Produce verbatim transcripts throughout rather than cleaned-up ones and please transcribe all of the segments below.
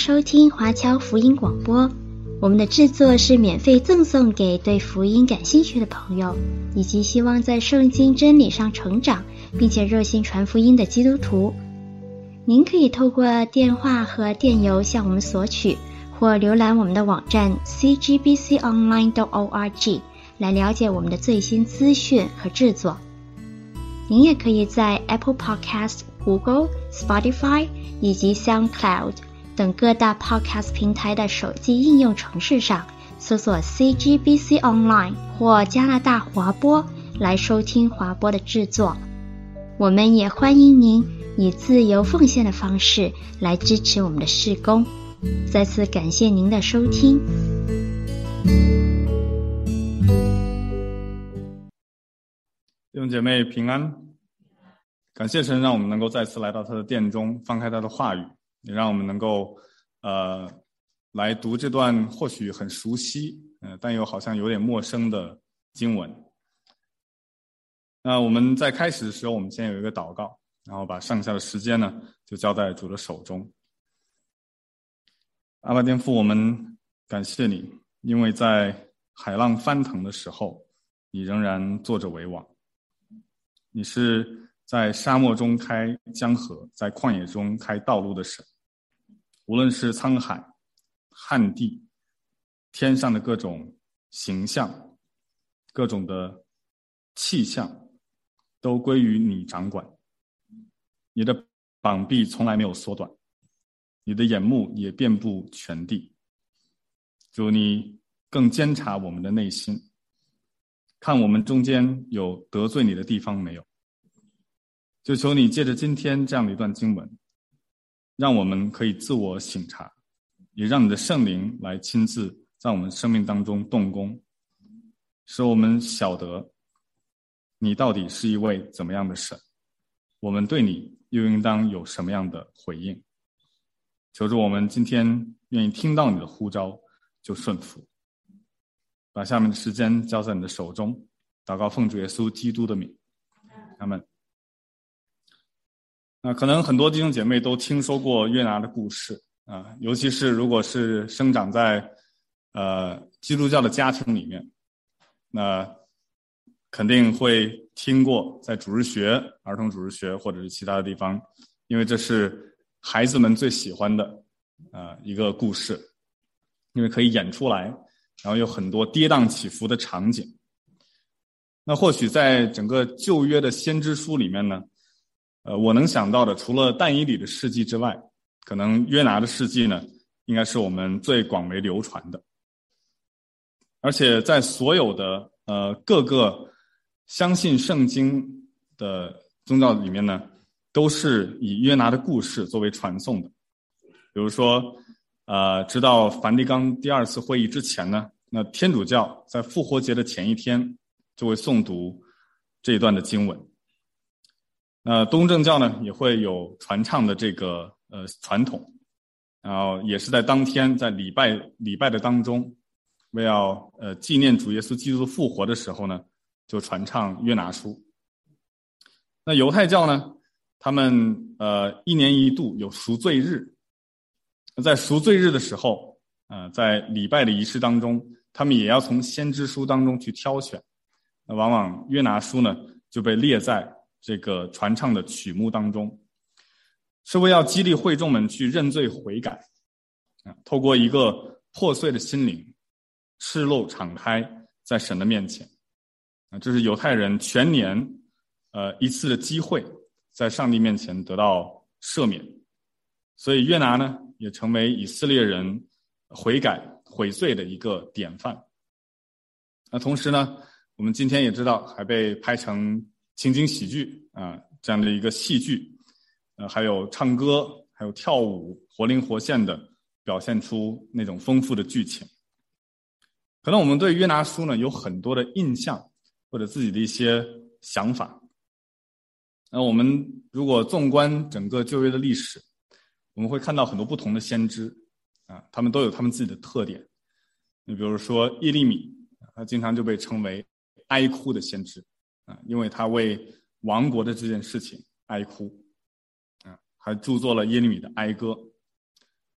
收听华侨福音广播，我们的制作是免费赠送给对福音感兴趣的朋友，以及希望在圣经真理上成长，并且热心传福音的基督徒。您可以透过电话和电邮向我们索取，或浏览我们的网站 c g b c online dot org 来了解我们的最新资讯和制作。您也可以在 Apple Podcast、Google、Spotify 以及 SoundCloud 等各大 Podcast 平台的手机应用程式上搜索 C G B C Online 或加拿大华播来收听华播的制作。我们也欢迎您以自由奉献的方式来支持我们的事工。再次感谢您的收听。 弟兄姐妹平安，感谢神让我们能够再次来到他的殿中，翻开他的话语，也让我们能够呃来读这段或许很熟悉呃但又好像有点陌生的经文。那我们在开始的时候，我们先有一个祷告，然后把剩下的时间呢就交在主的手中。阿爸天父，我们感谢你，因为在海浪翻腾的时候，你仍然坐着为王。你是在沙漠中开江河，在旷野中开道路的神。无论是沧海、旱地、天上的各种形象、各种的气象，都归于你掌管。你的膀臂从来没有缩短，你的眼目也遍布全地。主，你更监察我们的内心，看我们中间有得罪你的地方没有。就求你借着今天这样的一段经文，让我们可以自我省察，也让你的圣灵来亲自在我们生命当中动工，使我们晓得你到底是一位怎么样的神，我们对你又应当有什么样的回应。求主我们今天愿意听到你的呼召就顺服，把下面的时间交在你的手中，祷告奉主耶稣基督的名，阿们。那可能很多弟兄姐妹都听说过约拿的故事啊，尤其是如果是生长在呃基督教的家庭里面，那肯定会听过在主日学、儿童主日学或者是其他的地方，因为这是孩子们最喜欢的呃一个故事，因为可以演出来，然后有很多跌宕起伏的场景。那或许在整个旧约的先知书里面呢，呃，我能想到的，除了但以理的事迹之外，可能约拿的事迹呢，应该是我们最广为流传的。而且在所有的呃各个相信圣经的宗教里面呢，都是以约拿的故事作为传颂的。比如说，呃，直到梵蒂冈第二次会议之前呢，那天主教在复活节的前一天就会诵读这一段的经文。呃，东正教呢也会有传唱的这个呃传统，然后也是在当天在礼拜礼拜的当中，为要呃纪念主耶稣基督复活的时候呢，就传唱约拿书。那犹太教呢，他们呃一年一度有赎罪日，在赎罪日的时候，呃在礼拜的仪式当中，他们也要从先知书当中去挑选，那往往约拿书呢就被列在这个传唱的曲目当中，是为要激励会众们去认罪悔改，啊，透过一个破碎的心灵，赤露敞开在神的面前，啊，这是犹太人全年呃一次的机会，在上帝面前得到赦免。所以约拿呢，也成为以色列人悔改悔罪的一个典范。那同时呢，我们今天也知道，还被拍成情景喜剧啊，这样的一个戏剧，呃，还有唱歌，还有跳舞，活灵活现的表现出那种丰富的剧情。可能我们对约拿书呢有很多的印象或者自己的一些想法。那我们如果纵观整个旧约的历史，我们会看到很多不同的先知啊，他们都有他们自己的特点。你比如说耶利米，他经常就被称为哀哭的先知。啊，因为他为亡国的这件事情哀哭，啊，还著作了耶利米的哀歌。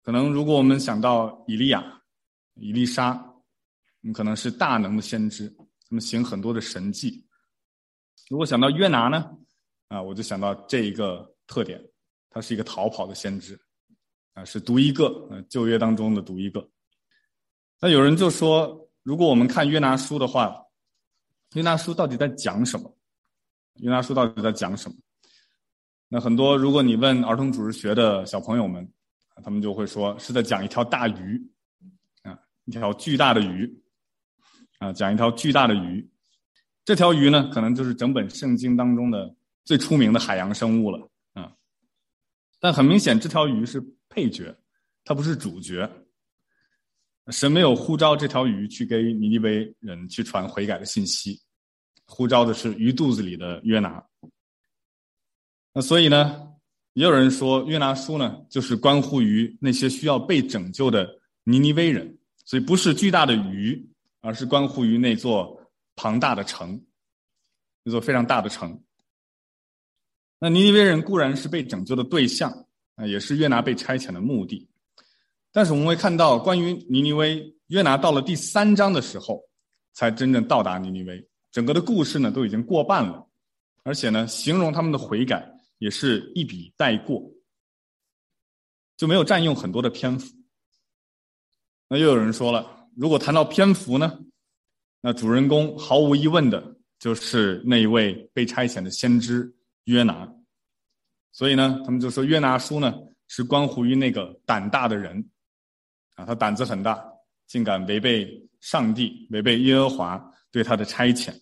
可能如果我们想到以利亚、以利沙，可能是大能的先知，他们行很多的神迹。如果想到约拿呢，啊，我就想到这一个特点，他是一个逃跑的先知，啊，是独一个，呃，旧约当中的独一个。那有人就说，如果我们看约拿书的话，约拿书到底在讲什么？约拿书到底在讲什么？那很多，如果你问儿童主日学的小朋友们，他们就会说是在讲一条大鱼，啊，一条巨大的鱼，啊，讲一条巨大的鱼。这条鱼呢，可能就是整本圣经当中的最出名的海洋生物了，啊。但很明显，这条鱼是配角，它不是主角。神没有呼召这条鱼去给尼尼微人去传悔改的信息，呼召的是鱼肚子里的约拿。那所以呢，也有人说约拿书呢，就是关乎于那些需要被拯救的尼尼微人，所以不是巨大的鱼，而是关乎于那座庞大的城，那座非常大的城。那尼尼微人固然是被拯救的对象，也是约拿被差遣的目的。但是我们会看到，关于尼尼微，约拿到了第三章的时候，才真正到达尼尼微。整个的故事呢，都已经过半了，而且呢，形容他们的悔改也是一笔带过，就没有占用很多的篇幅。那又有人说了，如果谈到篇幅呢，那主人公毫无疑问的就是那一位被差遣的先知约拿。所以呢，他们就说约拿书呢是关乎于那个胆大的人啊，他胆子很大，竟敢违背上帝，违背耶和华对他的差遣。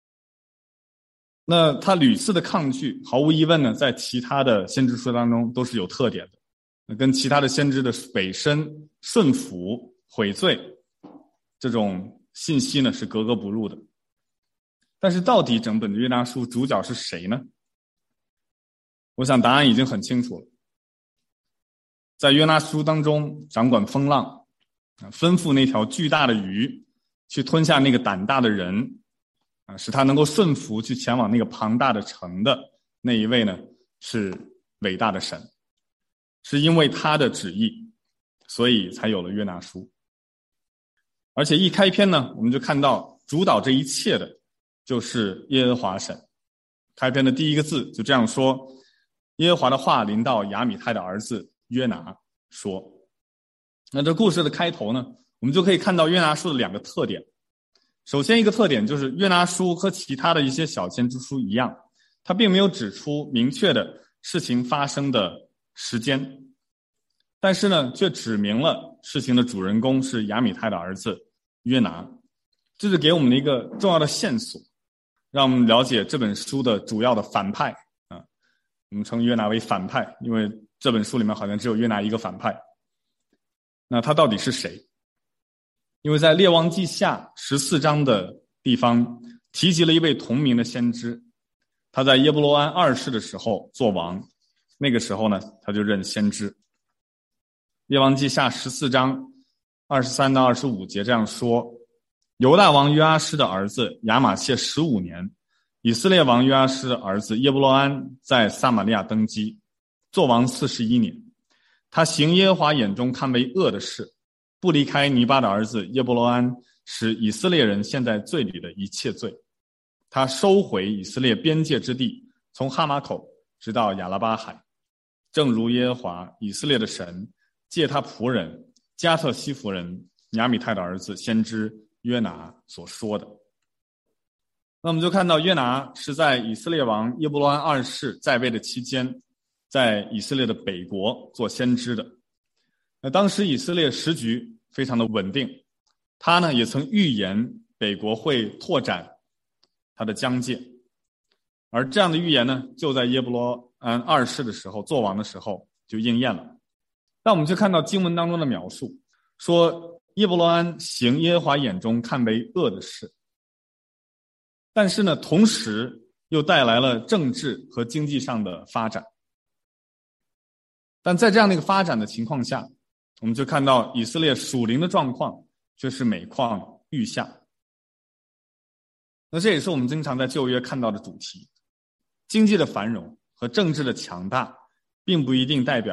那他屡次的抗拒，毫无疑问呢，在其他的先知书当中都是有特点的，那跟其他的先知的委身、顺服、悔罪这种信息呢是格格不入的。但是到底整本的约拿书主角是谁呢？我想答案已经很清楚了。在约拿书当中，掌管风浪，吩咐那条巨大的鱼去吞下那个胆大的人，啊，使他能够顺服去前往那个庞大的城的那一位呢，是伟大的神。是因为他的旨意，所以才有了约拿书。而且一开篇呢，我们就看到主导这一切的就是耶和华神。开篇的第一个字就这样说：耶和华的话临到亚米太的儿子约拿说。那这故事的开头呢，我们就可以看到约拿书的两个特点。首先一个特点就是约拿书和其他的一些小先知书一样，它并没有指出明确的事情发生的时间，但是呢，却指明了事情的主人公是亚米太的儿子约拿。这是给我们的一个重要的线索，让我们了解这本书的主要的反派啊，我们称约拿为反派，因为这本书里面好像只有约拿一个反派。那他到底是谁？因为在列王记下十四章的地方提及了一位同名的先知，他在耶布罗安二世的时候做王，那个时候呢，他就任先知。列王记下十四章二十三到二十五节这样说：犹大王约阿施的儿子亚玛谢十五年，以色列王约阿施的儿子耶布罗安在撒玛利亚登基，做王四十一年。他行耶和华眼中看为恶的事，不离开尼巴的儿子耶布罗安使以色列人陷在罪里的一切罪。他收回以色列边界之地，从哈马口直到亚拉巴海，正如耶和华以色列的神借他仆人加特西弗人亚米太的儿子先知约拿所说的。那我们就看到约拿是在以色列王耶布罗安二世在位的期间，在以色列的北国做先知的。那当时以色列时局非常的稳定，他呢也曾预言北国会拓展他的疆界，而这样的预言呢，就在耶布罗安二世的时候做王的时候就应验了。但我们就看到经文当中的描述，说耶布罗安行耶和华眼中看为恶的事，但是呢，同时又带来了政治和经济上的发展。但在这样的一个发展的情况下，我们就看到以色列属灵的状况却是每况愈下。那这也是我们经常在旧约看到的主题。经济的繁荣和政治的强大并不一定代表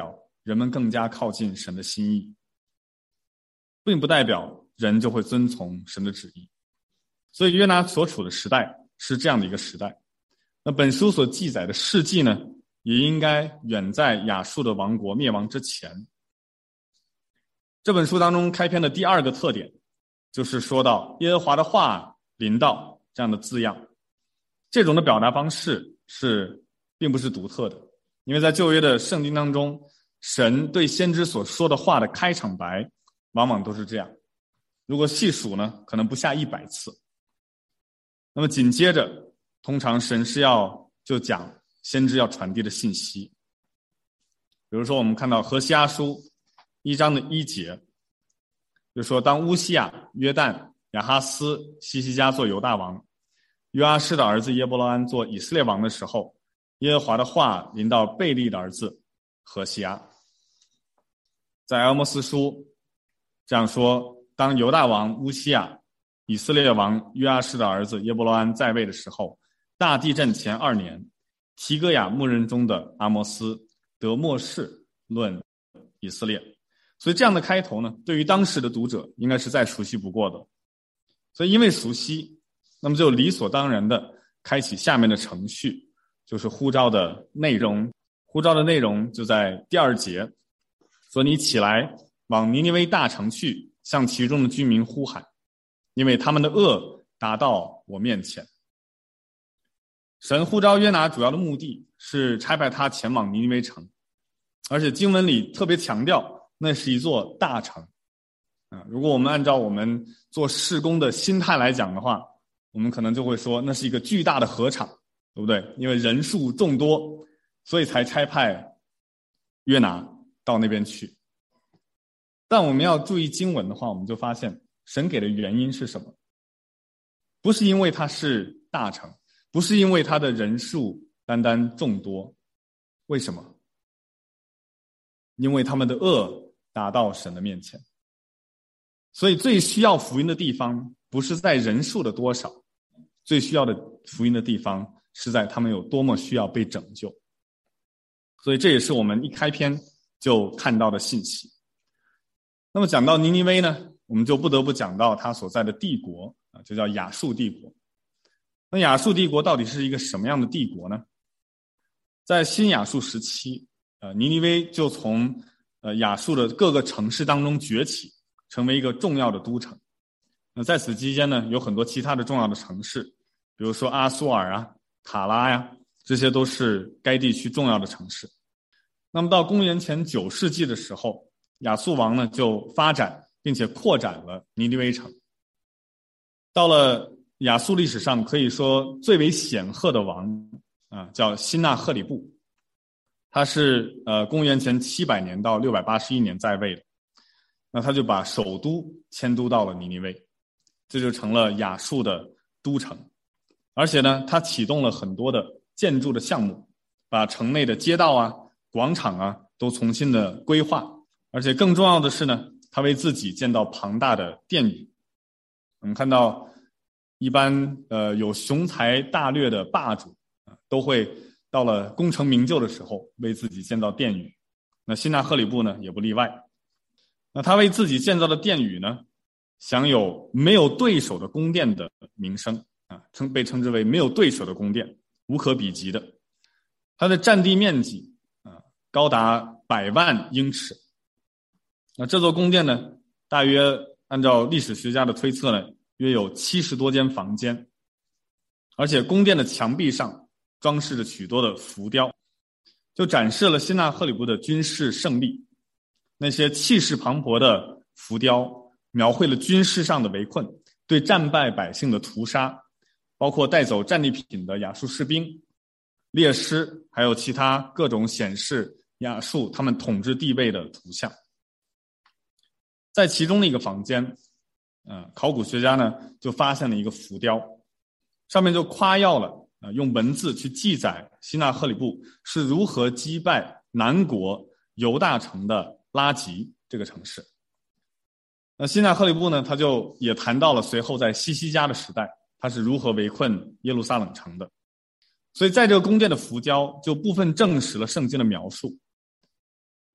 人们更加靠近神的心意，并不代表人就会遵从神的旨意。所以约拿所处的时代是这样的一个时代。那本书所记载的事迹呢，也应该远在亚述的王国灭亡之前。这本书当中开篇的第二个特点，就是说到耶和华的话临到这样的字样。这种的表达方式是并不是独特的，因为在旧约的圣经当中，神对先知所说的话的开场白往往都是这样，如果细数呢，可能不下一百次。那么紧接着，通常神是要就讲先知要传递的信息。比如说我们看到何西阿书一章的一节，就说当乌西亚、约旦、亚哈斯、西西家做犹大王，约阿施的儿子耶伯罗安做以色列王的时候，耶和华的话临到贝利的儿子何西阿。在阿摩斯书这样说，当犹大王乌西亚、以色列王约阿施的儿子耶伯罗安在位的时候，大地震前二年，提戈雅牧人中的阿摩斯得默示论以色列。所以这样的开头呢，对于当时的读者应该是再熟悉不过的。所以因为熟悉，那么就理所当然的开启下面的程序，就是呼召的内容。呼召的内容就在第二节，说你起来往尼尼微大城去，向其中的居民呼喊，因为他们的恶达到我面前。神呼召约拿主要的目的是差派他前往尼尼微城，而且经文里特别强调那是一座大城。啊，如果我们按照我们做事工的心态来讲的话，我们可能就会说那是一个巨大的禾场，对不对？因为人数众多，所以才差派约拿到那边去。但我们要注意经文的话，我们就发现神给的原因是什么？不是因为它是大城，不是因为它的人数单单众多。为什么？因为他们的恶达到神的面前。所以最需要福音的地方不是在人数的多少，最需要的福音的地方是在他们有多么需要被拯救。所以这也是我们一开篇就看到的信息。那么讲到尼尼微呢，我们就不得不讲到它所在的帝国啊，就叫亚述帝国。那亚述帝国到底是一个什么样的帝国呢？在新亚述时期，呃，尼尼微就从呃亚述的各个城市当中崛起，成为一个重要的都城。那在此期间呢，有很多其他的重要的城市，比如说阿苏尔啊、塔拉呀，这些都是该地区重要的城市。那么到公元前九世纪的时候，亚述王呢就发展并且扩展了尼尼微城。到了亚述历史上可以说最为显赫的王啊，叫辛纳赫里布。他是呃公元前七百年到六百八十一年在位的。那他就把首都迁都到了尼尼微，这就成了亚述的都城。而且呢，他启动了很多的建筑的项目，把城内的街道啊、广场啊都重新的规划。而且更重要的是呢，他为自己建造庞大的殿宇。我们看到一般呃有雄才大略的霸主啊，都会到了功成名就的时候为自己建造殿宇。那辛纳赫里布呢也不例外。那他为自己建造的殿宇呢，享有没有对手的宫殿的名声啊，称被称之为没有对手的宫殿，无可比极的。它的占地面积啊高达百万英尺。那这座宫殿呢，大约按照历史学家的推测呢，约有七十多间房间，而且宫殿的墙壁上装饰着许多的浮雕，就展示了辛纳赫里布的军事胜利。那些气势磅礴的浮雕描绘了军事上的围困，对战败百姓的屠杀，包括带走战利品的亚述士兵、猎狮，还有其他各种显示亚述他们统治地位的图像。在其中的一个房间，呃，考古学家呢就发现了一个浮雕，上面就夸耀了，呃，用文字去记载辛纳赫里布是如何击败南国犹大城的拉吉这个城市。那辛纳赫里布呢，他就也谈到了随后在西西家的时代，他是如何围困耶路撒冷城的。所以在这个宫殿的浮雕就部分证实了圣经的描述。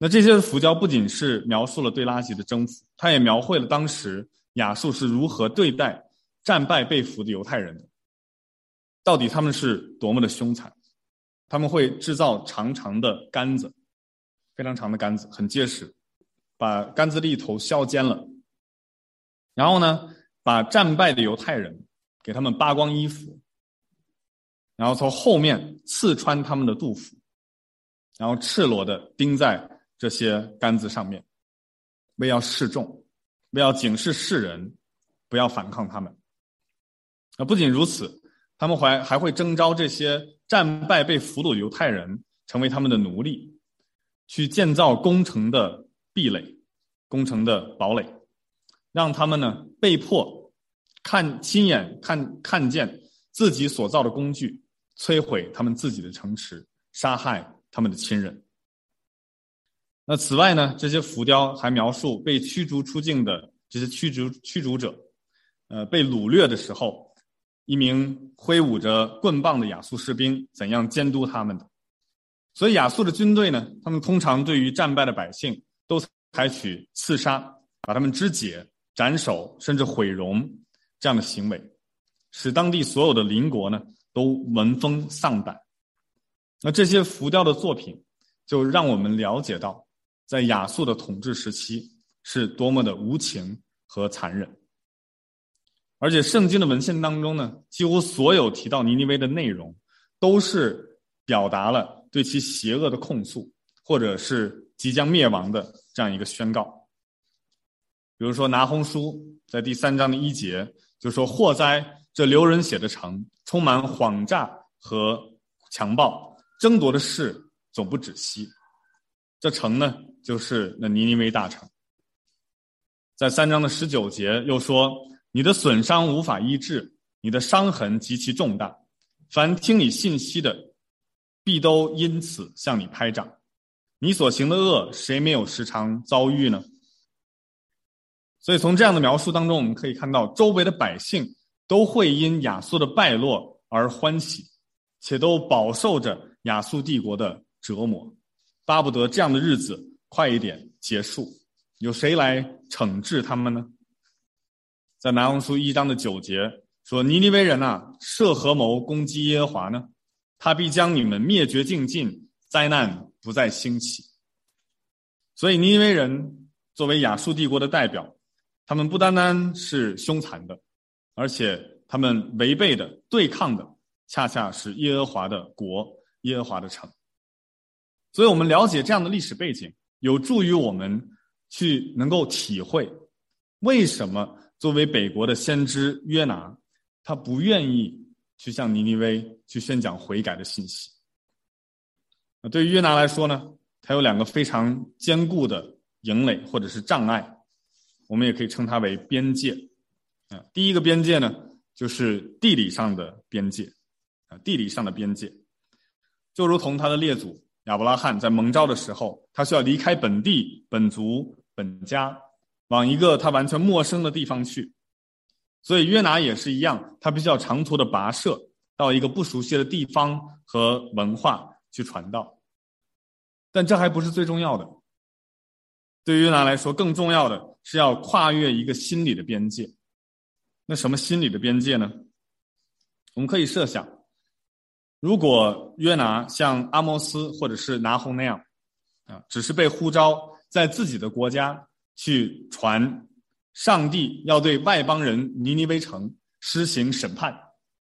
那这些浮雕不仅是描述了对拉吉的征服，它也描绘了当时亚述是如何对待战败被俘的犹太人的。到底他们是多么的凶残，他们会制造长长的杆子，非常长的杆子，很结实，把杆子的一头削尖了，然后呢把战败的犹太人给他们扒光衣服，然后从后面刺穿他们的肚腹，然后赤裸的钉在这些杆子上面，为要示众，为要警示世人不要反抗他们。而不仅如此，他们还还会征召这些战败被俘虏的犹太人成为他们的奴隶，去建造攻城的壁垒，攻城的堡垒，让他们呢被迫看亲眼看看见自己所造的工具摧毁他们自己的城池，杀害他们的亲人。那此外呢，这些浮雕还描述被驱逐出境的这些驱逐驱逐者，呃，被掳掠的时候，一名挥舞着棍棒的亚述士兵怎样监督他们的。所以亚述的军队呢，他们通常对于战败的百姓都采取刺杀，把他们肢解、斩首，甚至毁容这样的行为，使当地所有的邻国呢都闻风丧胆。那这些浮雕的作品就让我们了解到，在亚述的统治时期是多么的无情和残忍。而且圣经的文献当中呢，几乎所有提到尼尼微的内容都是表达了对其邪恶的控诉，或者是即将灭亡的这样一个宣告。比如说拿轰书在第三章的一节就说，祸哉，这流人血的城，充满谎诈和强暴，争夺的事总不止息。这城呢，就是那尼尼微大城。在三章的十九节又说，你的损伤无法医治，你的伤痕极其重大，凡听你信息的必都因此向你拍掌。你所行的恶，谁没有时常遭遇呢？所以从这样的描述当中，我们可以看到周围的百姓都会因亚述的败落而欢喜，且都饱受着亚述帝国的折磨，巴不得这样的日子快一点结束。有谁来惩治他们呢？在拿轰书一章的九节说，尼尼微人啊，设合谋攻击耶和华呢？他必将你们灭绝尽尽，灾难不再兴起。所以尼尼微人作为亚述帝国的代表，他们不单单是凶残的，而且他们违背的、对抗的恰恰是耶和华的国、耶和华的城。所以我们了解这样的历史背景，有助于我们去能够体会为什么作为北国的先知约拿，他不愿意去向尼尼微去宣讲悔改的信息。那对于约拿来说呢，他有两个非常坚固的营垒或者是障碍，我们也可以称它为边界。啊，第一个边界呢，就是地理上的边界。啊，地理上的边界，就如同他的列祖亚伯拉罕在蒙召的时候，他需要离开本地、本族、本家，往一个他完全陌生的地方去。所以约拿也是一样，他必须要长途的跋涉到一个不熟悉的地方和文化去传道。但这还不是最重要的，对于约拿来说，更重要的是要跨越一个心理的边界。那什么心理的边界呢？我们可以设想，如果约拿像阿摩斯或者是拿轰那样啊，只是被呼召在自己的国家去传上帝要对外邦人尼尼微城施行审判，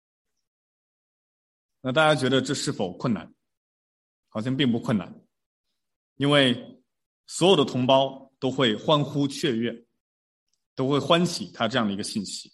那大家觉得这是否困难？好像并不困难，因为所有的同胞都会欢呼雀跃，都会欢喜他这样的一个信息，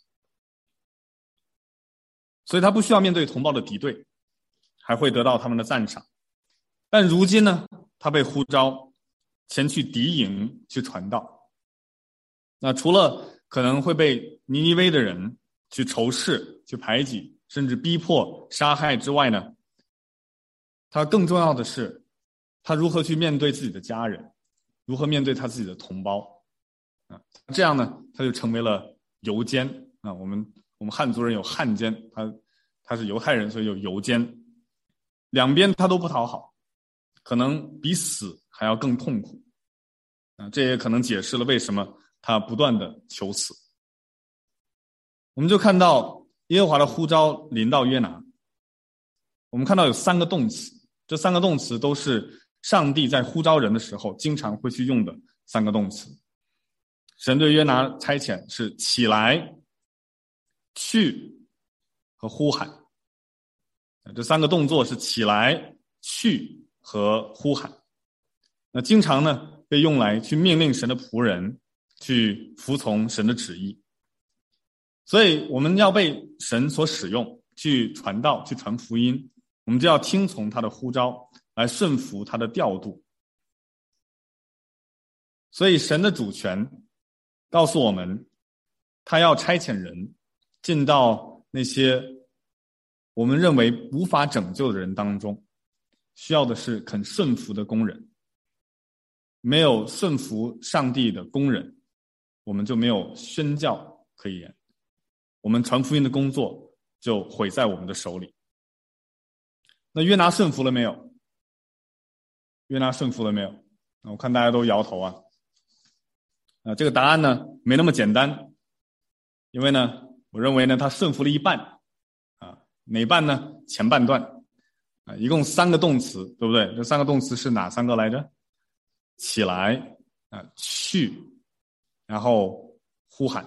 所以他不需要面对同胞的敌对，还会得到他们的赞赏。但如今呢，他被呼召前去敌营去传道，那除了可能会被尼尼微的人去仇视、去排挤，甚至逼迫、杀害之外呢，他更重要的是，他如何去面对自己的家人，如何面对他自己的同胞啊？这样呢，他就成为了犹监啊。我们我们汉族人有汉奸，他他是犹太人，所以有犹监。两边他都不讨好，可能比死还要更痛苦。 啊，这也可能解释了为什么他不断的求死。我们就看到耶和华的呼召临到约拿，我们看到有三个动词，这三个动词都是上帝在呼召人的时候经常会去用的三个动词。神对约拿差遣是起来、去和呼喊，这三个动作是起来、去和呼喊。那经常呢被用来去命令神的仆人去服从神的旨意。所以我们要被神所使用去传道、去传福音，我们就要听从他的呼召，来顺服他的调度。所以神的主权告诉我们，他要差遣人进到那些我们认为无法拯救的人当中，需要的是肯顺服的工人。没有顺服上帝的工人，我们就没有宣教可以言，我们传福音的工作就毁在我们的手里。那约拿顺服了没有？约拿顺服了没有？我看大家都摇头啊。啊，这个答案呢没那么简单，因为呢，我认为呢他顺服了一半，啊，哪半呢？前半段，啊，一共三个动词，对不对？这三个动词是哪三个来着？起来，啊，去，然后呼喊。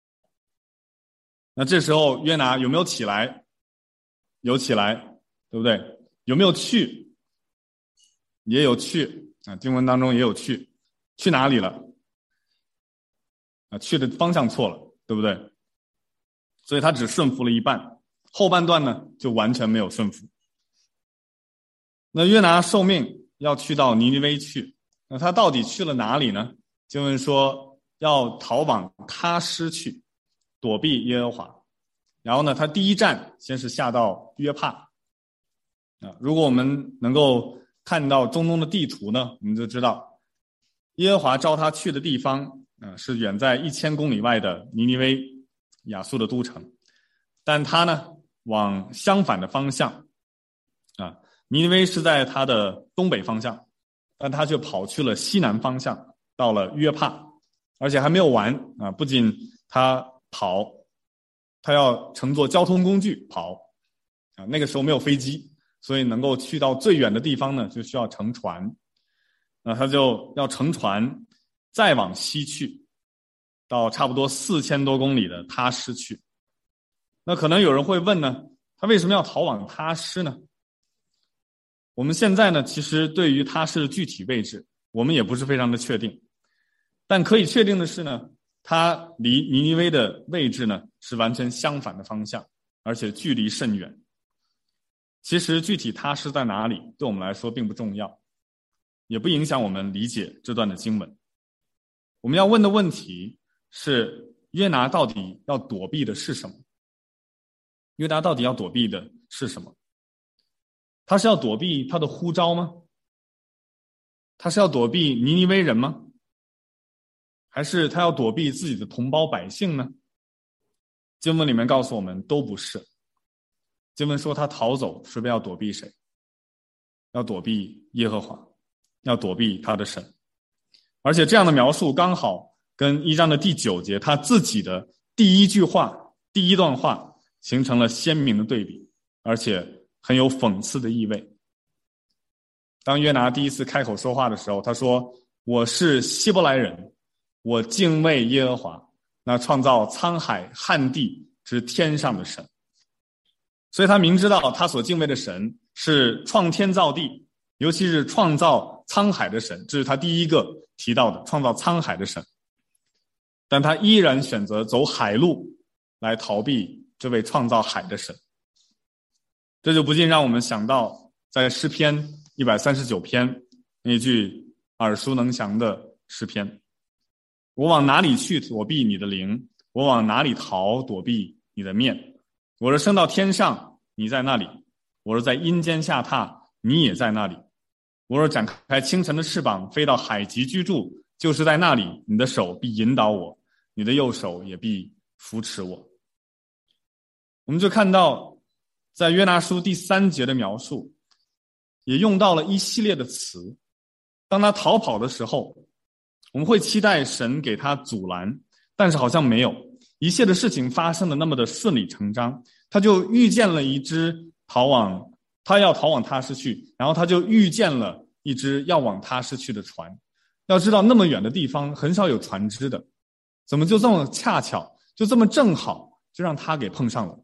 那这时候约拿有没有起来？有起来，对不对？有没有去？也有去啊，经文当中也有去。去哪里了？啊，去的方向错了，对不对？所以他只顺服了一半，后半段呢就完全没有顺服。那约拿受命要去到尼尼微去，那他到底去了哪里呢？经文说要逃往他施去，躲避耶和华。然后呢，他第一站先是下到约帕。啊，如果我们能够看到中东的地图呢，我们就知道耶和华召他去的地方，啊，是远在一千公里外的尼尼微，亚述的都城。但他呢往相反的方向，啊，尼尼微是在他的东北方向，但他却跑去了西南方向，到了约帕，而且还没有完啊！不仅他跑，他要乘坐交通工具跑啊。那个时候没有飞机，所以能够去到最远的地方呢，就需要乘船。那他就要乘船再往西去，到差不多四千多公里的他施去。那可能有人会问呢，他为什么要逃往他施呢？我们现在呢，其实对于他施的具体位置，我们也不是非常的确定。但可以确定的是呢，他离尼尼微的位置呢是完全相反的方向，而且距离甚远。其实具体他施在哪里，对我们来说并不重要，也不影响我们理解这段的经文。我们要问的问题是，约拿到底要躲避的是什么？约拿到底要躲避的是什么？他是要躲避他的呼召吗？他是要躲避尼尼微人吗？还是他要躲避自己的同胞百姓呢？经文里面告诉我们都不是。经文说他逃走是不是要躲避谁？要躲避耶和华，要躲避他的神。而且这样的描述刚好跟一章的第九节他自己的第一句话、第一段话形成了鲜明的对比，而且很有讽刺的意味。当约拿第一次开口说话的时候，他说：“我是希伯来人，我敬畏耶和华，那创造沧海旱地之天上的神。”所以他明知道他所敬畏的神是创天造地，尤其是创造沧海的神，这是他第一个提到的创造沧海的神。但他依然选择走海路来逃避这位创造海的神。这就不禁让我们想到在诗篇一百三十九篇那句耳熟能详的诗篇：我往哪里去躲避你的灵？我往哪里逃躲避你的面？我若升到天上，你在那里；我若在阴间下榻，你也在那里；我若展开清晨的翅膀，飞到海极居住，就是在那里，你的手必引导我，你的右手也必扶持我。我们就看到在约拿书第三节的描述也用到了一系列的词。当他逃跑的时候， 我们会期待神给他阻拦，但是好像没有，一切的事情发生的那么的顺理成章。他就遇见了一只逃往他要逃往他施去，然后他就遇见了一只要往他施去的船。要知道那么远的地方很少有船只的，怎么就这么恰巧，就这么正好就让他给碰上了，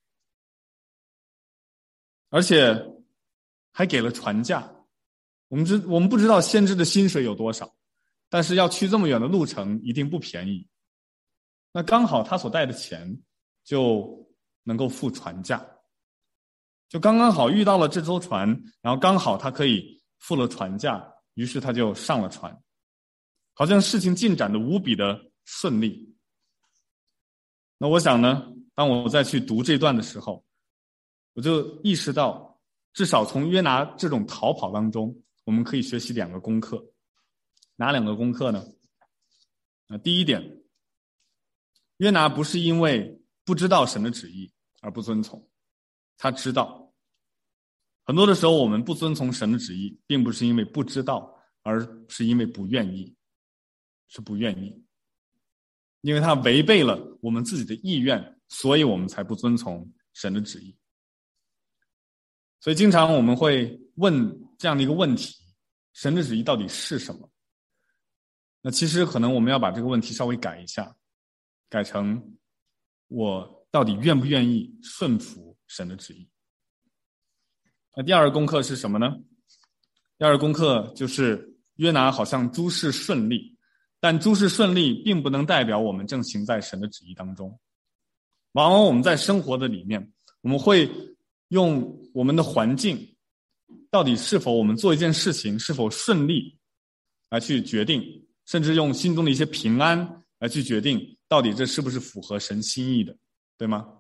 而且还给了船价。我们知我们不知道先知的薪水有多少，但是要去这么远的路程一定不便宜。那刚好他所带的钱就能够付船价，就刚刚好遇到了这艘船，然后刚好他可以付了船价，于是他就上了船，好像事情进展的无比的顺利。那我想呢，当我再去读这段的时候，我就意识到，至少从约拿这种逃跑当中，我们可以学习两个功课。哪两个功课呢？那第一点，约拿不是因为不知道神的旨意而不遵从，他知道。很多的时候我们不遵从神的旨意，并不是因为不知道，而是因为不愿意，是不愿意。因为他违背了我们自己的意愿，所以我们才不遵从神的旨意。所以经常我们会问这样的一个问题，神的旨意到底是什么？那其实可能我们要把这个问题稍微改一下，改成我到底愿不愿意顺服神的旨意。那第二个功课是什么呢？第二个功课就是约拿好像诸事顺利，但诸事顺利并不能代表我们正行在神的旨意当中。往往我们在生活的里面，我们会用我们的环境，到底是否我们做一件事情是否顺利来去决定，甚至用心中的一些平安来去决定到底这是不是符合神心意的，对吗？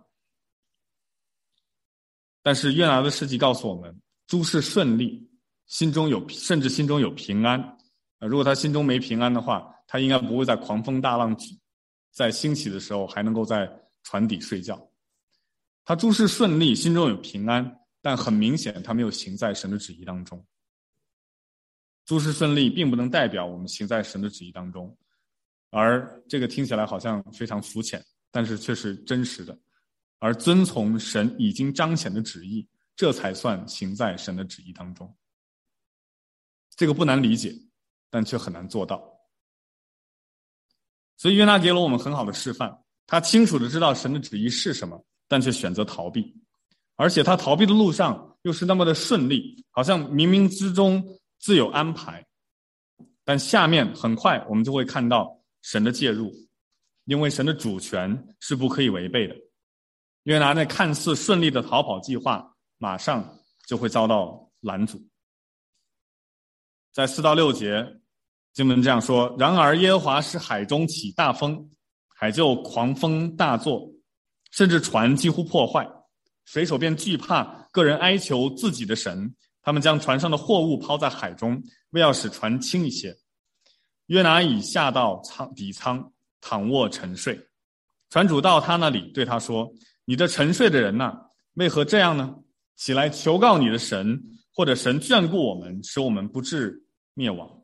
但是约拿的事迹告诉我们，诸事顺利，心中有甚至心中有平安。如果他心中没平安的话，他应该不会在狂风大浪在兴起的时候还能够在船底睡觉。他诸事顺利，心中有平安，但很明显他没有行在神的旨意当中。诸事顺利并不能代表我们行在神的旨意当中，而这个听起来好像非常肤浅，但是却是真实的。而遵从神已经彰显的旨意，这才算行在神的旨意当中。这个不难理解，但却很难做到。所以约拿给了我们很好的示范，他清楚的知道神的旨意是什么，但却选择逃避。而且他逃避的路上又是那么的顺利，好像冥冥之中自有安排。但下面很快我们就会看到神的介入，因为神的主权是不可以违背的。约拿那看似顺利的逃跑计划，马上就会遭到拦阻。在四到六节，经文这样说：然而耶和华使海中起大风，海就狂风大作，甚至船几乎破坏，水手便惧怕，个人哀求自己的神，他们将船上的货物抛在海中，为要使船轻一些。约拿已下到舱底舱，躺卧沉睡。船主到他那里，对他说：你这沉睡的人哪、啊，为何这样呢？起来求告你的神，或者神眷顾我们，使我们不致灭亡。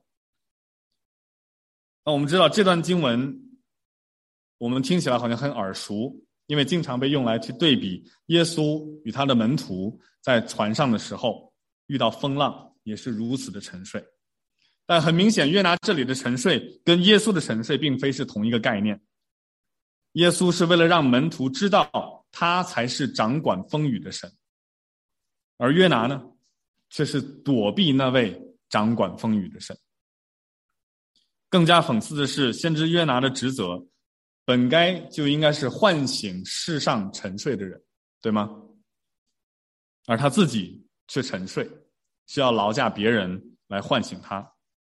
那我们知道这段经文，我们听起来好像很耳熟，因为经常被用来去对比耶稣与他的门徒在船上的时候遇到风浪也是如此的沉睡。但很明显，约拿这里的沉睡跟耶稣的沉睡并非是同一个概念。耶稣是为了让门徒知道他才是掌管风雨的神，而约拿呢，却是躲避那位掌管风雨的神。更加讽刺的是，先知约拿的职责本该就应该是唤醒世上沉睡的人，对吗？而他自己却沉睡，需要劳驾别人来唤醒他。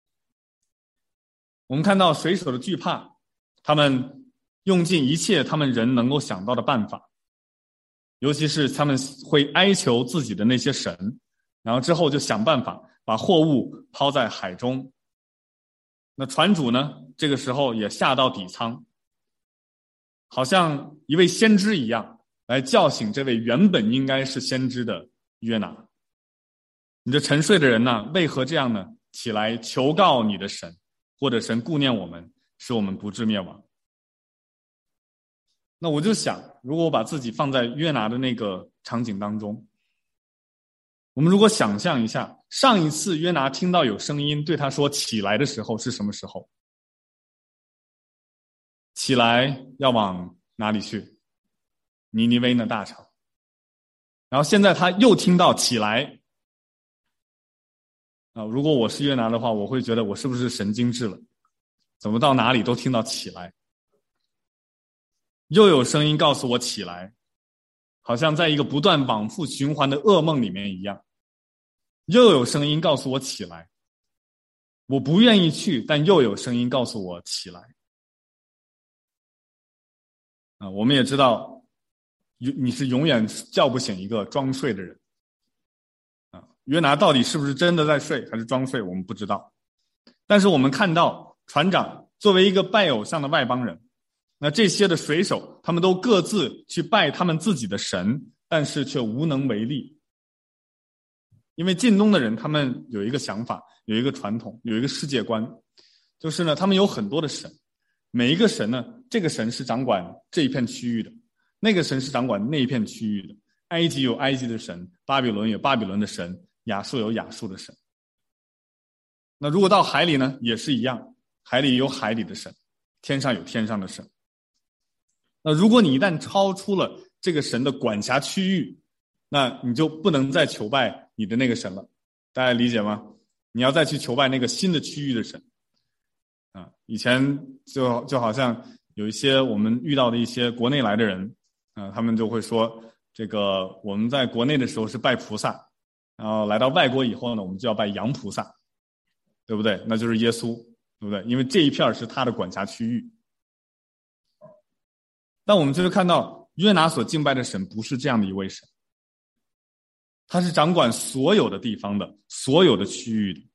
我们看到水手的惧怕，他们用尽一切他们人能够想到的办法，尤其是他们会哀求自己的那些神，然后之后就想办法把货物抛在海中。那船主呢，这个时候也下到底舱，好像一位先知一样，来叫醒这位原本应该是先知的约拿。你这沉睡的人呢，为何这样呢？起来求告你的神， 或者神顾念我们，使我们不致灭亡。那我就想，如果我把自己放在约拿的那个场景当中，我们如果想象一下，上一次约拿听到有声音对他说起来的时候是什么时候？起来要往哪里去？尼尼微那大城。然后现在他又听到起来啊，如果我是约拿的话，我会觉得我是不是神经质了？怎么到哪里都听到起来？又有声音告诉我起来，好像在一个不断往复循环的噩梦里面一样。又有声音告诉我起来，我不愿意去，但又有声音告诉我起来。啊，我们也知道，你是永远叫不醒一个装睡的人。啊，约拿到底是不是真的在睡，还是装睡，我们不知道。但是我们看到船长作为一个拜偶像的外邦人，那这些的水手，他们都各自去拜他们自己的神，但是却无能为力。因为近东的人，他们有一个想法，有一个传统，有一个世界观，就是呢，他们有很多的神，每一个神呢，这个神是掌管这一片区域的，那个神是掌管那一片区域的。埃及有埃及的神，巴比伦有巴比伦的神，亚述有亚述的神。那如果到海里呢，也是一样，海里有海里的神，天上有天上的神。那如果你一旦超出了这个神的管辖区域，那你就不能再求拜你的那个神了，大家理解吗？你要再去求拜那个新的区域的神啊。以前就就好像有一些我们遇到的一些国内来的人啊，他们就会说，这个我们在国内的时候是拜菩萨，然后来到外国以后呢，我们就要拜洋菩萨，对不对？那就是耶稣，对不对？因为这一片是他的管辖区域。但我们就是看到约拿所敬拜的神不是这样的一位神，他是掌管所有的地方的，所有的区域的。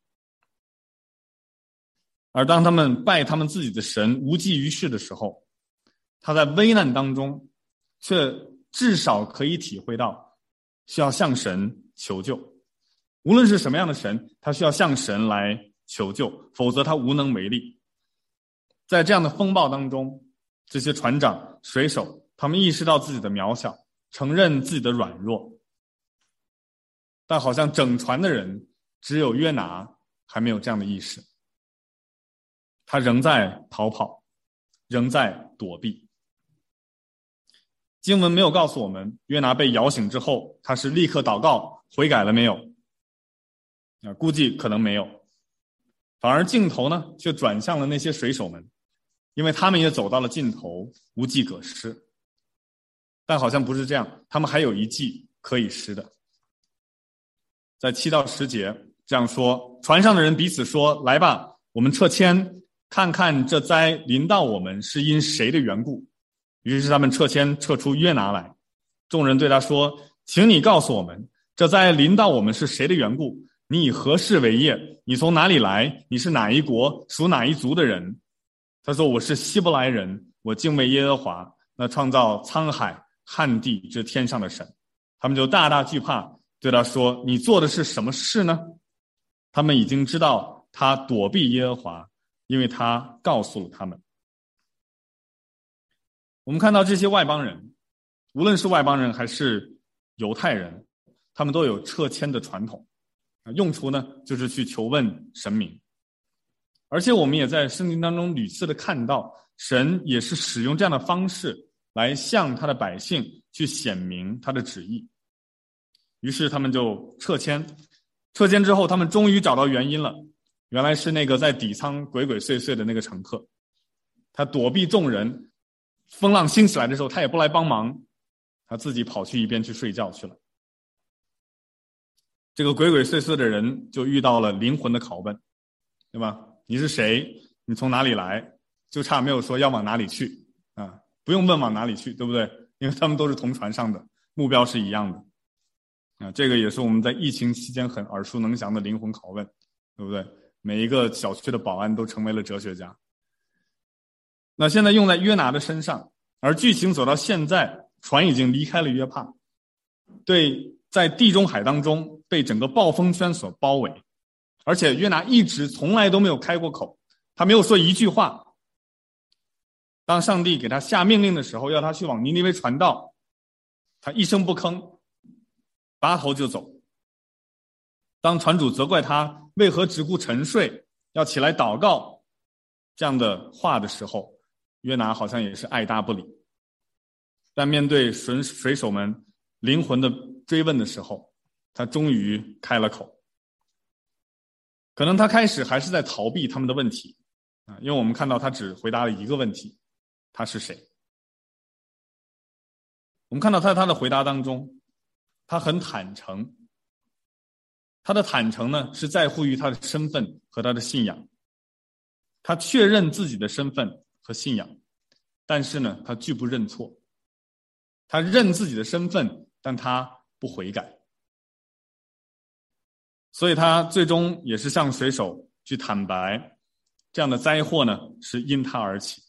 而当他们拜他们自己的神无济于事的时候，他在危难当中却至少可以体会到需要向神求救。无论是什么样的神，他需要向神来求救，否则他无能为力。在这样的风暴当中，这些船长、水手，他们意识到自己的渺小，承认自己的软弱。但好像整船的人只有约拿还没有这样的意识，他仍在逃跑，仍在躲避。经文没有告诉我们约拿被摇醒之后他是立刻祷告悔改了没有，啊，估计可能没有。反而镜头呢却转向了那些水手们，因为他们也走到了尽头，无计可施。但好像不是这样，他们还有一计可以施的。在七到十节这样说，船上的人彼此说，来吧，我们撤迁，看看这灾临到我们是因谁的缘故。于是他们撤迁，撤出约拿来。众人对他说，请你告诉我们，这灾临到我们是谁的缘故？你以何事为业？你从哪里来？你是哪一国属哪一族的人？他说，我是希伯来人，我敬畏耶和华，那创造沧海旱地之天上的神。他们就大大惧怕，对他说，你做的是什么事呢？他们已经知道他躲避耶和华，因为他告诉了他们。我们看到这些外邦人，无论是外邦人还是犹太人，他们都有撤迁的传统，用处呢就是去求问神明。而且我们也在圣经当中屡次的看到，神也是使用这样的方式来向他的百姓去显明他的旨意。于是他们就撤迁，撤迁之后他们终于找到原因了，原来是那个在底舱鬼鬼祟祟的那个乘客，他躲避众人，风浪兴起来的时候他也不来帮忙，他自己跑去一边去睡觉去了。这个鬼鬼祟祟的人就遇到了灵魂的拷问，对吧？你是谁？你从哪里来？就差没有说要往哪里去啊？不用问往哪里去，对不对？因为他们都是同船上的，目标是一样的啊。这个也是我们在疫情期间很耳熟能详的灵魂拷问，对不对？每一个小区的保安都成为了哲学家。那现在用在约拿的身上，而剧情走到现在，船已经离开了约帕，对，在地中海当中被整个暴风圈所包围，而且约拿一直从来都没有开过口， 他没有说一句话。当上帝给他下命令的时候，要他去往尼尼微传道，他一声不吭，拔头就走。当船主责怪他为何只顾沉睡，要起来祷告这样的话的时候，约拿好像也是爱答不理。但面对水水手们灵魂的追问的时候，他终于开了口。可能他开始还是在逃避他们的问题啊，因为我们看到他只回答了一个问题，他是谁？我们看到他在他的回答当中，他很坦诚。他的坦诚呢，是在乎于他的身份和他的信仰。他确认自己的身份和信仰，但是呢，他拒不认错。他认自己的身份，但他不悔改。所以他最终也是向水手去坦白，这样的灾祸呢，是因他而起。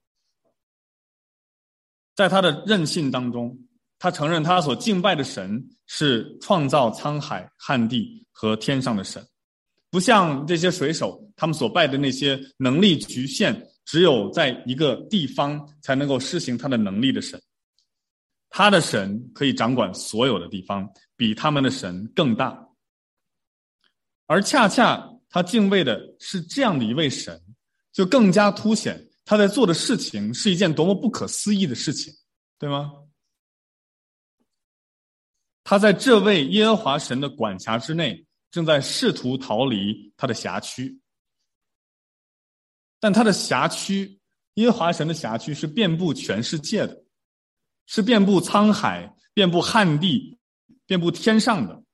在他的任性当中，他承认他所敬拜的神是创造沧海旱地和天上的神，不像这些水手他们所拜的那些能力局限，只有在一个地方才能够施行他的能力的神。他的神可以掌管所有的地方，比他们的神更大。而恰恰他敬畏的是这样的一位神，就更加凸显他在做的事情是一件多么不可思议的事情，对吗？他在这位耶和华神的管辖之内，正在试图逃离他的辖区。但他的辖区，耶和华神的辖区是遍布全世界的，是遍布沧海，遍布旱地，遍布天上的。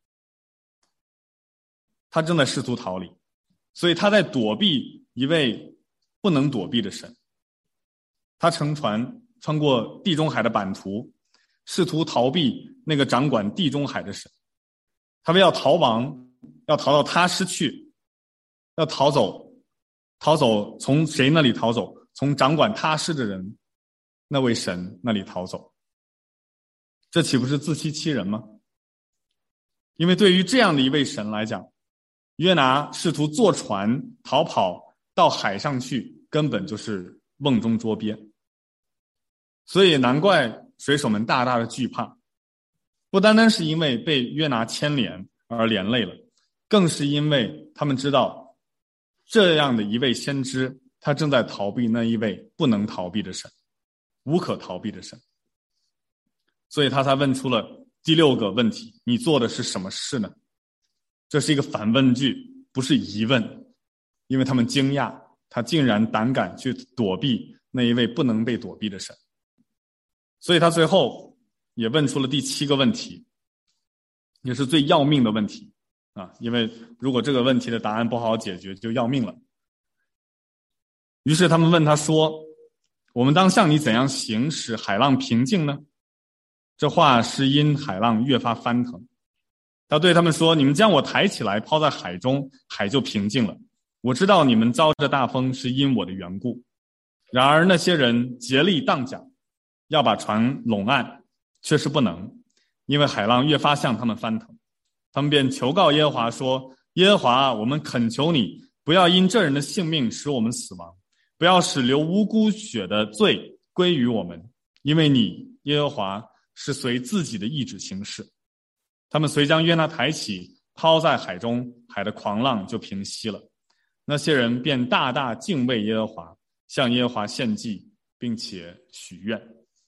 他正在试图逃离，所以他在躲避一位不能躲避的神。他乘船穿过地中海的版图，试图逃避那个掌管地中海的神。他们要逃亡，要逃到他失去，要逃走，逃走从谁那里逃走？从掌管他施的人那位神那里逃走。这岂不是自欺欺人吗？因为对于这样的一位神来讲，约拿试图坐船逃跑到海上去，根本就是瓮中捉鳖。所以难怪水手们大大的惧怕，不单单是因为被约拿牵连而连累了，更是因为他们知道这样的一位先知，他正在逃避那一位不能逃避的神，无可逃避的神。所以他才问出了第六个问题：你做的是什么事呢？这是一个反问句，不是疑问，因为他们惊讶他竟然胆敢去躲避那一位不能被躲避的神。所以他最后也问出了第七个问题，也是最要命的问题啊！因为如果这个问题的答案不好好解决，就要命了。于是他们问他说：我们当向你怎样行使海浪平静呢？这话是因海浪越发翻腾。他对他们说：你们将我抬起来抛在海中，海就平静了。我知道你们遭着大风是因我的缘故。然而那些人竭力荡桨，要把船拢岸，却是不能，因为海浪越发向他们翻腾。他们便求告耶和华说：耶和华，我们恳求你，不要因这人的性命使我们死亡，不要使流无辜血的罪归于我们，因为你耶和华是随自己的意志行事。他们遂将约拿抬起，抛在海中，海的狂浪就平息了。那些人便大大敬畏耶和华，向耶和华献祭，并且许愿。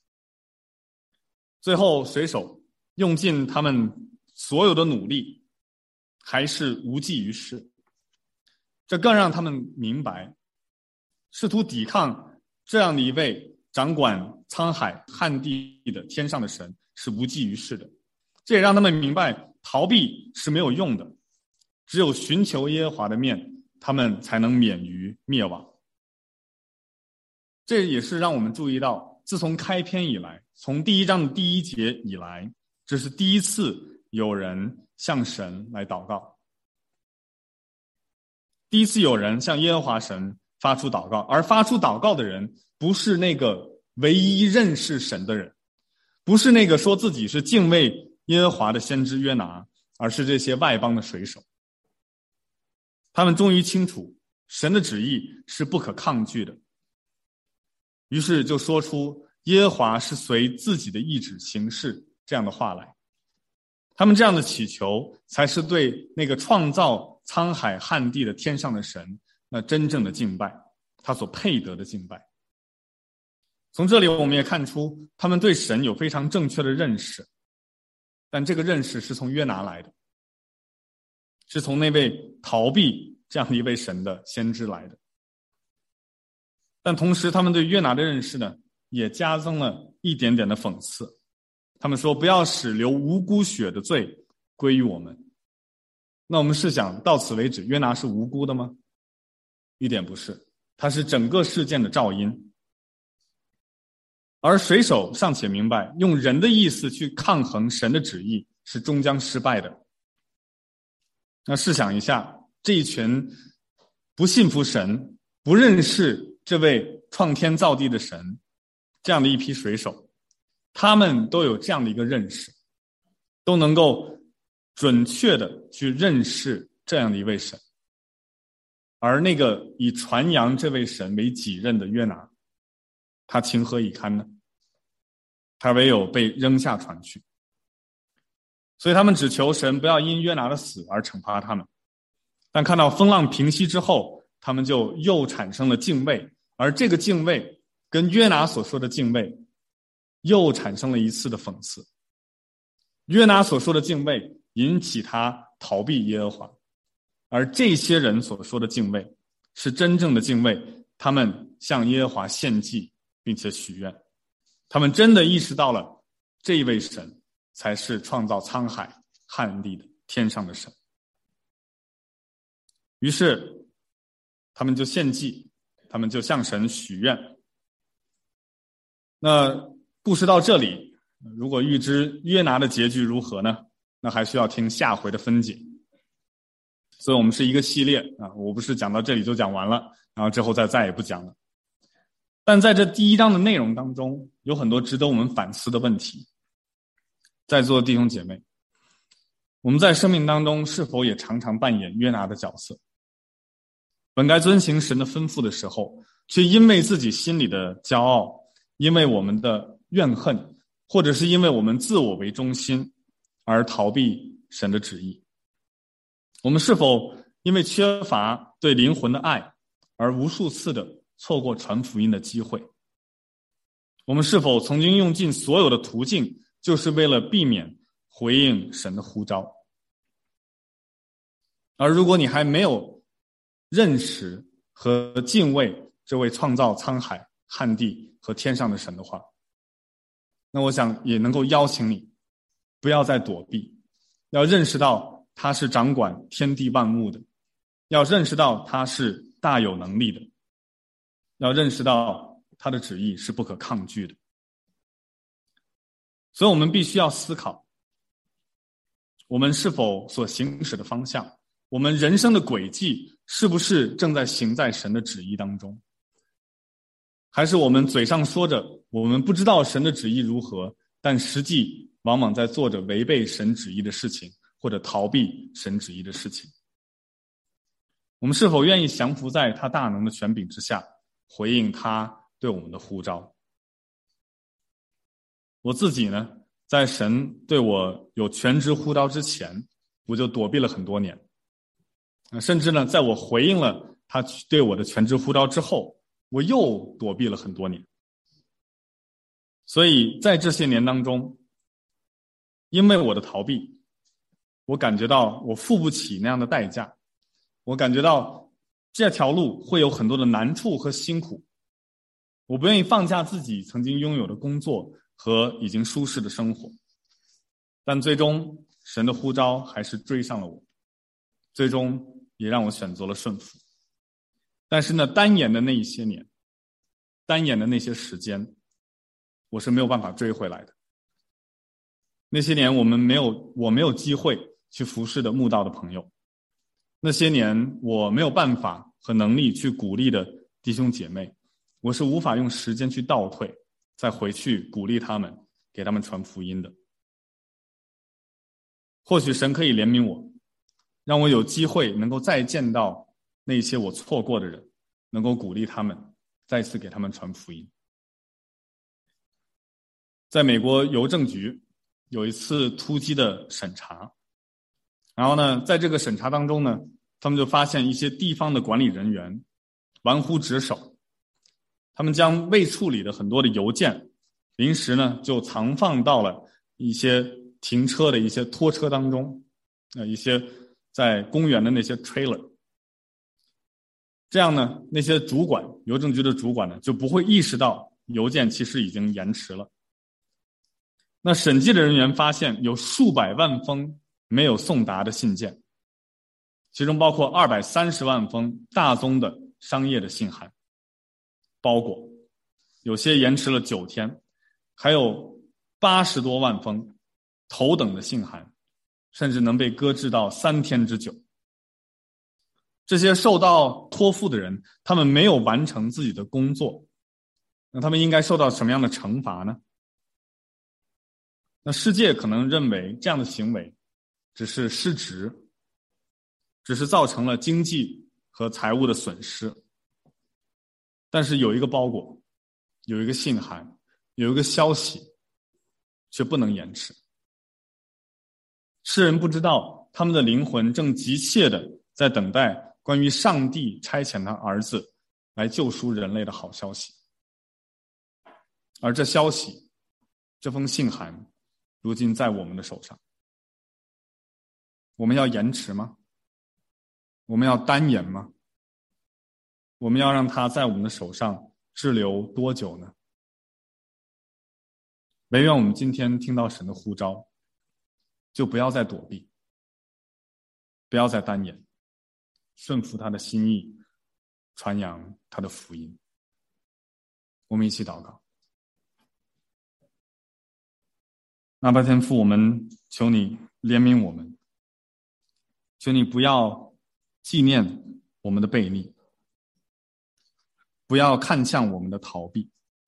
最后水手用尽他们所有的努力，还是无济于事。这更让他们明白，试图抵抗这样的一位掌管沧海旱地的天上的神是无济于事的。这也让他们明白，逃避是没有用的，只有寻求耶和华的面，他们才能免于灭亡。这也是让我们注意到，自从开篇以来，从第一章的第一节以来，这是第一次有人向神来祷告，第一次有人向耶和华神发出祷告，而发出祷告的人不是那个唯一认识神的人，不是那个说自己是敬畏耶和华的先知约拿，而是这些外邦的水手。他们终于清楚神的旨意是不可抗拒的。于是就说出耶和华是随自己的意志行事这样的话来。他们这样的祈求，才是对那个创造沧海旱地的天上的神那真正的敬拜，他所配得的敬拜。从这里我们也看出，他们对神有非常正确的认识，但这个认识是从约拿来的，是从那位逃避这样的一位神的先知来的。但同时他们对约拿的认识呢，也加增了一点点的讽刺。他们说，不要使流无辜血的罪归于我们。那我们试想，到此为止，约拿是无辜的吗？一点不是，他是整个事件的肇因。而水手尚且明白，用人的意思去抗衡神的旨意是终将失败的。那试想一下，这一群不信服神、不认识这位创天造地的神，这样的一批水手，他们都有这样的一个认识，都能够准确的去认识这样的一位神。而那个以传扬这位神为己任的约拿，他情何以堪呢？他唯有被扔下船去。所以他们只求神不要因约拿的死而惩罚他们。但看到风浪平息之后，他们就又产生了敬畏，而这个敬畏跟约拿所说的敬畏又产生了一次的讽刺。约拿所说的敬畏引起他逃避耶和华，而这些人所说的敬畏是真正的敬畏，他们向耶和华献祭并且许愿，他们真的意识到了这一位神才是创造沧海旱地的天上的神。于是他们就献祭，他们就向神许愿。那故事到这里，如果预知约拿的结局如何呢？那还需要听下回的分解。所以我们是一个系列啊，我不是讲到这里就讲完了，然后之后再再也不讲了。但在这第一章的内容当中，有很多值得我们反思的问题。在座的弟兄姐妹，我们在生命当中是否也常常扮演约拿的角色？本该遵行神的吩咐的时候，却因为自己心里的骄傲，因为我们的怨恨，或者是因为我们自我为中心而逃避神的旨意。我们是否因为缺乏对灵魂的爱而无数次的错过传福音的机会？我们是否曾经用尽所有的途径，就是为了避免回应神的呼召？而如果你还没有认识和敬畏这位创造沧海旱地和天上的神的话，那我想也能够邀请你不要再躲避，要认识到他是掌管天地万物的，要认识到他是大有能力的，要认识到他的旨意是不可抗拒的。所以我们必须要思考，我们是否所行驶的方向，我们人生的轨迹是不是正在行在神的旨意当中？还是我们嘴上说着我们不知道神的旨意如何，但实际往往在做着违背神旨意的事情，或者逃避神旨意的事情？我们是否愿意降服在他大能的权柄之下，回应他对我们的呼召？我自己呢，在神对我有全职呼召之前，我就躲避了很多年，甚至呢，在我回应了他对我的全职呼召之后，我又躲避了很多年。所以在这些年当中，因为我的逃避，我感觉到我付不起那样的代价，我感觉到这条路会有很多的难处和辛苦，我不愿意放下自己曾经拥有的工作和已经舒适的生活。但最终神的呼召还是追上了我，最终也让我选择了顺服。但是呢，单眼的那一些年，单眼的那些时间，我是没有办法追回来的。那些年我们没有我没有机会去服侍的慕道的朋友，那些年我没有办法和能力去鼓励的弟兄姐妹，我是无法用时间去倒退，再回去鼓励他们，给他们传福音的。或许神可以怜悯我，让我有机会能够再见到那些我错过的人，能够鼓励他们，再次给他们传福音。在美国邮政局有一次突击的审查，然后呢，在这个审查当中呢，他们就发现一些地方的管理人员玩忽职守，他们将未处理的很多的邮件临时呢就藏放到了一些停车的一些拖车当中，呃，一些在公园的那些 trailer。 这样呢，那些主管，邮政局的主管呢，就不会意识到邮件其实已经延迟了。那审计的人员发现有数百万封没有送达的信件，其中包括二百三十万封大宗的商业的信函包裹，有些延迟了九天，还有八十多万封头等的信函，甚至能被搁置到三天之久。这些受到托付的人，他们没有完成自己的工作，那他们应该受到什么样的惩罚呢？那世界可能认为这样的行为只是失职，只是造成了经济和财务的损失。但是有一个包裹，有一个信函，有一个消息，却不能延迟。世人不知道，他们的灵魂正急切地在等待关于上帝差遣他儿子来救赎人类的好消息。而这消息，这封信函，如今在我们的手上。我们要延迟吗？我们要单延吗？我们要让它在我们的手上滞留多久呢？唯愿我们今天听到神的呼召，就不要再躲避，不要再单延，顺服他的心意，传扬他的福音。我们一起祷告。阿爸天父，我们求你怜悯我们，求你不要纪念我们的悖逆，不要看向我们的逃避，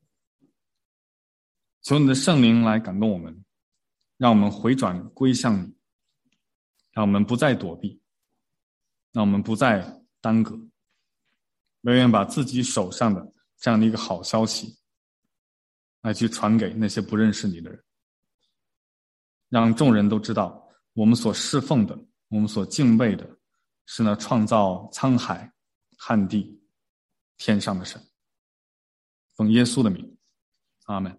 求你的圣灵来感动我们，让我们回转归向你，让我们不再躲避，让我们不再耽搁，唯愿把自己手上的这样的一个好消息来去传给那些不认识你的人，让众人都知道我们所侍奉的，我们所敬畏的是那创造沧海旱地天上的神。奉耶稣的名，阿们。